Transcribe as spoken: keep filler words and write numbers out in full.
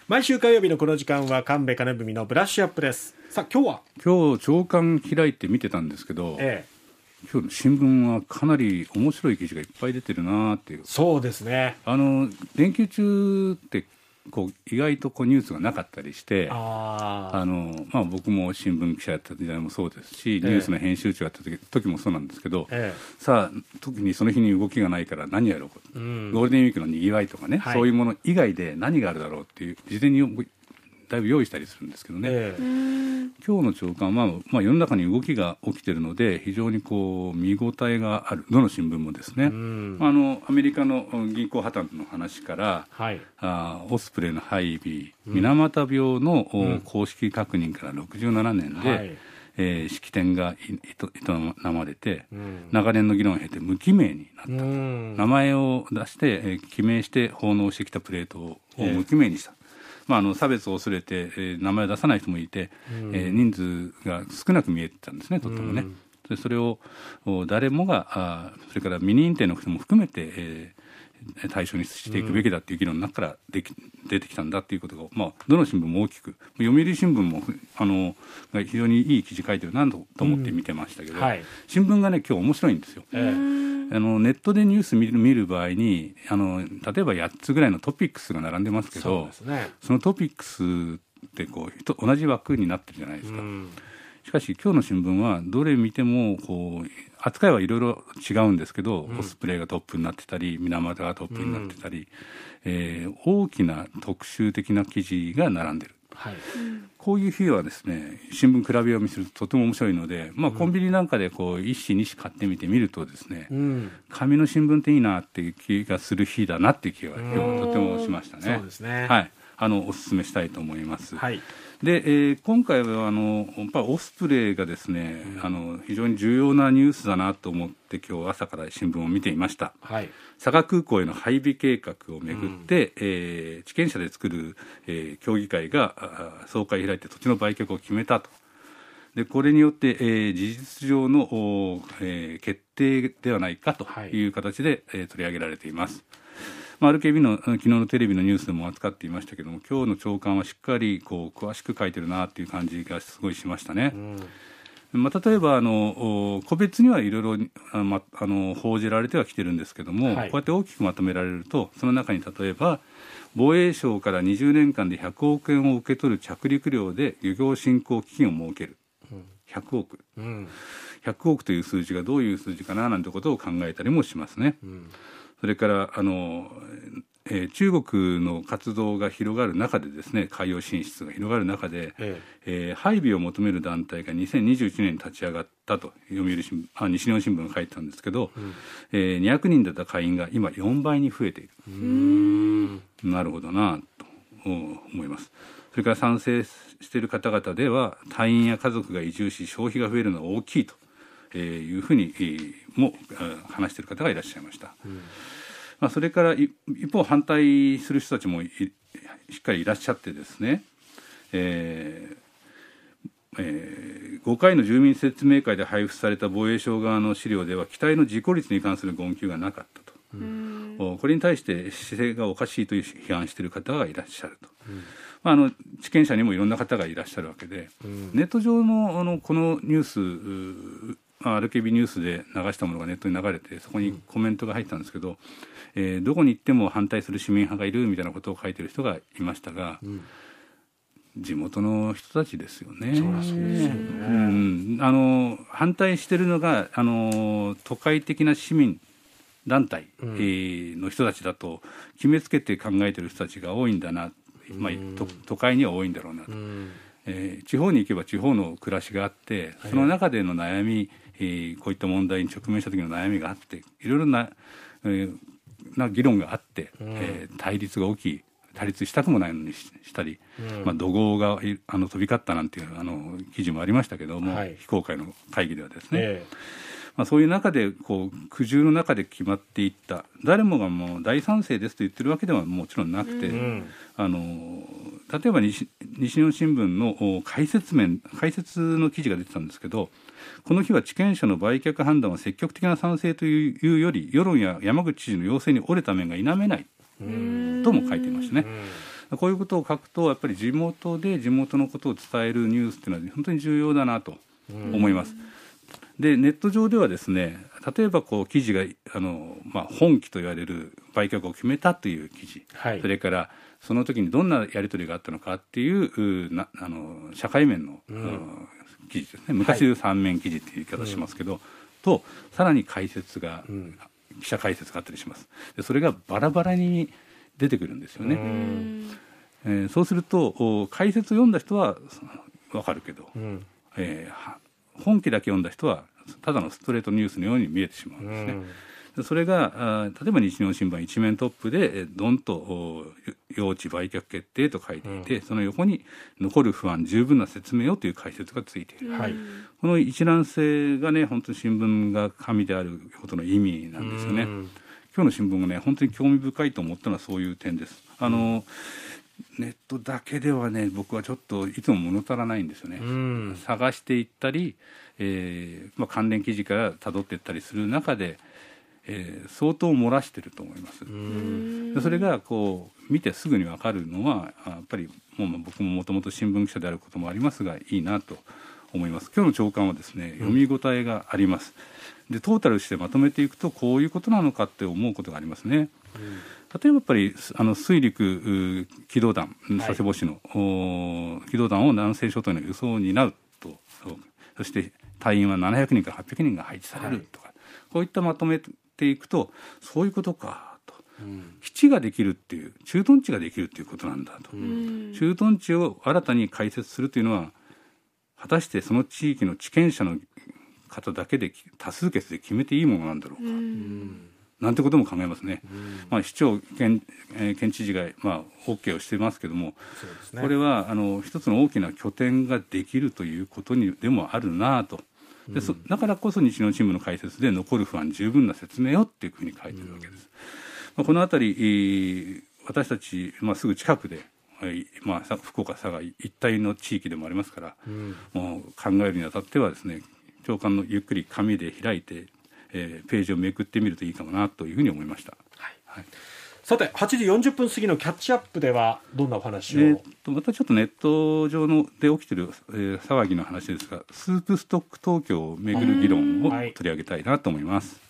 毎週火曜日のこの時間は神戸金文のブラッシュアップです。さあ今日は今日朝刊開いて見てたんですけど、ええ、今日の新聞はかなり面白い記事がいっぱい出てるなっていう。 そうですね。 あの連休中ってこう意外とこうニュースがなかったりして、ああの、まあ、僕も新聞記者やった時代もそうですし、ニュースの編集長やった時、時もそうなんですけど、ええ、さあ特にその日に動きがないから何やろう、うん、ゴールデンウィークのにぎわいとかね、はい、そういうもの以外で何があるだろうっていう事前にだいぶ用意したりするんですけどね、ええ、今日の朝刊は、まあ、世の中に動きが起きているので非常にこう見応えがある、どの新聞もですね、うん、あのアメリカの銀行破綻の話から、はい、あオスプレイの配備、水俣病の、うん、公式確認からろくじゅうななねんで、はい、えー、式典が営まれて、うん、長年の議論を経て無記名になったと、うん、名前を出して、えー、記名して奉納してきたプレートを無記名にした、えーまあ、あの差別を恐れて、えー、名前を出さない人もいて、うんえー、人数が少なく見えてたんですね、とってもね、うん、でそれを誰もがあそれから未認定の人も含めて、えー、対象にしていくべきだという議論の中からでき出てきたんだということが、まあ、どの新聞も大きく、読売新聞もあの非常にいい記事書いてるなと思って見てましたけど、うんはい、新聞がね今日面白いんですよ、えーあのネットでニュース見る、見る場合にあの例えばやっつぐらいのトピックスが並んでますけど、 そうですね、そのトピックスってこう同じ枠になってるじゃないですか、うん、しかし今日の新聞はどれ見てもこう扱いはいろいろ違うんですけど、うん、オスプレイがトップになってたり水俣がトップになってたり、うんえー、大きな特集的な記事が並んでる、はい、こういう日はですね新聞比べ読みするととても面白いので、まあ、コンビニなんかでこう一紙二紙買ってみてみるとですね、うん、紙の新聞っていいなっていう気がする日だなっていう気が今日とてもしましたね。 そうですね、 はい、あのお勧めしたいと思います、はい、で、えー、今回はあのやっぱオスプレイがですね、うん、あの非常に重要なニュースだなと思って今日朝から新聞を見ていました、はい、佐賀空港への配備計画をめぐって、うんえー、地権者で作る、えー、協議会が総会を開いて土地の売却を決めたと。でこれによって、えー、事実上の、えー、決定ではないかという形で、はいえー、取り上げられています。まあ、アールケービー の昨日のテレビのニュースでも扱っていましたけども、今日の朝刊はしっかりこう詳しく書いてるなという感じがすごいしましたね、うんまあ、例えばあの個別にはいろいろあ、ま、あの報じられてはきてるんですけども、はい、こうやって大きくまとめられるとその中に例えば防衛省からにじゅうねんかんでひゃくおくえんを受け取る着陸料で漁業振興基金を設ける、うん、ひゃくおく、うん、ひゃくおくという数字がどういう数字かななんてことを考えたりもしますね、うんそれからあの、えー、中国の活動が広がる中でですね海洋進出が広がる中で、えええー、配備を求める団体がにせんにじゅういちねんに立ち上がったと読売新聞あ西日本新聞が書いてたんですけど、うんえー、にひゃくにんだった会員が今よんばいに増えている。うーんなるほどなと思います。それから賛成している方々では隊員や家族が移住し消費が増えるのは大きいとえー、いうふうに、えー、も話している方がいらっしゃいました、うんまあ、それから一方反対する人たちもしっかりいらっしゃってですね、えーえー、ごかいの住民説明会で配布された防衛省側の資料では機体の事故率に関する言及がなかったと、うん、これに対して姿勢がおかしいという批判している方がいらっしゃると、うんまあ、あの地権者にもいろんな方がいらっしゃるわけで、うん、ネット上 の, あのこのニュースアールケービー ニュースで流したものがネットに流れてそこにコメントが入ったんですけど、うんえー、どこに行っても反対する市民派がいるみたいなことを書いてる人がいましたが、うん、地元の人たちですよね。 そうですよね、うん、あの反対してるのがあの都会的な市民団体、うんえー、の人たちだと決めつけて考えてる人たちが多いんだな、まあ、都, 都会には多いんだろうなと、うんえー、地方に行けば地方の暮らしがあってその中での悩み、えー、こういった問題に直面した時の悩みがあっていろいろな、えー、な議論があって、うんえー、対立が起き対立したくもないのに し, したり、うんまあ、怒号があの飛び交ったなんていうあの記事もありましたけども、はい、非公開の会議ではですね、えーまあ、そういう中でこう苦渋の中で決まっていった誰もがもう大賛成ですと言ってるわけではもちろんなくて、うん、あの例えば 西, 西日本新聞の解説面解説の記事が出てたんですけどこの日は地権者の売却判断は積極的な賛成というより世論や山口知事の要請に折れた面が否めないとも書いていましたね。 こういうことを書くとやっぱり地元で地元のことを伝えるニュースっていうのは本当に重要だなと思います。でネット上ではですね、例えばこう記事があの、まあ、本記と言われる売却を決めたという記事、はい、それからその時にどんなやり取りがあったのかっていうなあの社会面の、うん、記事ですね。昔で三面記事っていう言い方しますけど、はい、とさらに解説が、うん、記者解説があったりします。でそれがバラバラに出てくるんですよね。うんえー、そうすると解説を読んだ人は分かるけど、うんえー、本記だけ読んだ人はただのストレートニュースのように見えてしまうんですね。うん、それが例えば日日本新聞一面トップでドンと用地売却決定と書いていて、うん、その横に残る不安十分な説明をという解説がついている、はい、この一覧性がね本当に新聞が紙であることの意味なんですよね。うん、今日の新聞がね本当に興味深いと思ったのはそういう点です。あの、うん、ネットだけではね僕はちょっといつも物足らないんですよね。うん、探していったり、えーまあ、関連記事から辿っていったりする中で、えー、相当漏らしてると思います。でそれがこう見てすぐに分かるのはやっぱりもう僕ももともと新聞記者であることもありますがいいなと思います。今日の朝刊はですね読み応えがあります。でトータルしてまとめていくとこういうことなのかって思うことがありますね。うん例えばやっぱりあの水陸機動団佐世保市の、はい、機動団を南西諸島の輸送を担うとそして隊員はななひゃくにんからはっぴゃくにんが配置されるとか、はい、こういったまとめていくとそういうことかと、うん、基地ができるっていう駐屯地ができるっていうことなんだと、うん、駐屯地を新たに開設するというのは果たしてその地域の地権者の方だけで多数決で決めていいものなんだろうか、うんなんてことも考えますね。うんまあ、市長 県,、えー、県知事が、まあ、OK をしていますけども、そうですね、これはあの一つの大きな拠点ができるということにでもあるなと。でそだからこそ日本新聞の解説で残る不安十分な説明をっていうふうに書いてるわけです。うんまあ、このあたり私たち、まあ、すぐ近くで、まあ、福岡佐賀一帯の地域でもありますから、うん、もう考えるにあたってはですね朝刊のゆっくり紙で開いてえー、ページをめくってみるといいかもなというふうに思いました。はいはい、 さてはちじよんじゅっぷん過ぎのキャッチアップではどんなお話を、 えー、とまたちょっとネット上ので起きている、えー、騒ぎの話ですがスープストック東京をめぐる議論を取り上げたいなと思います。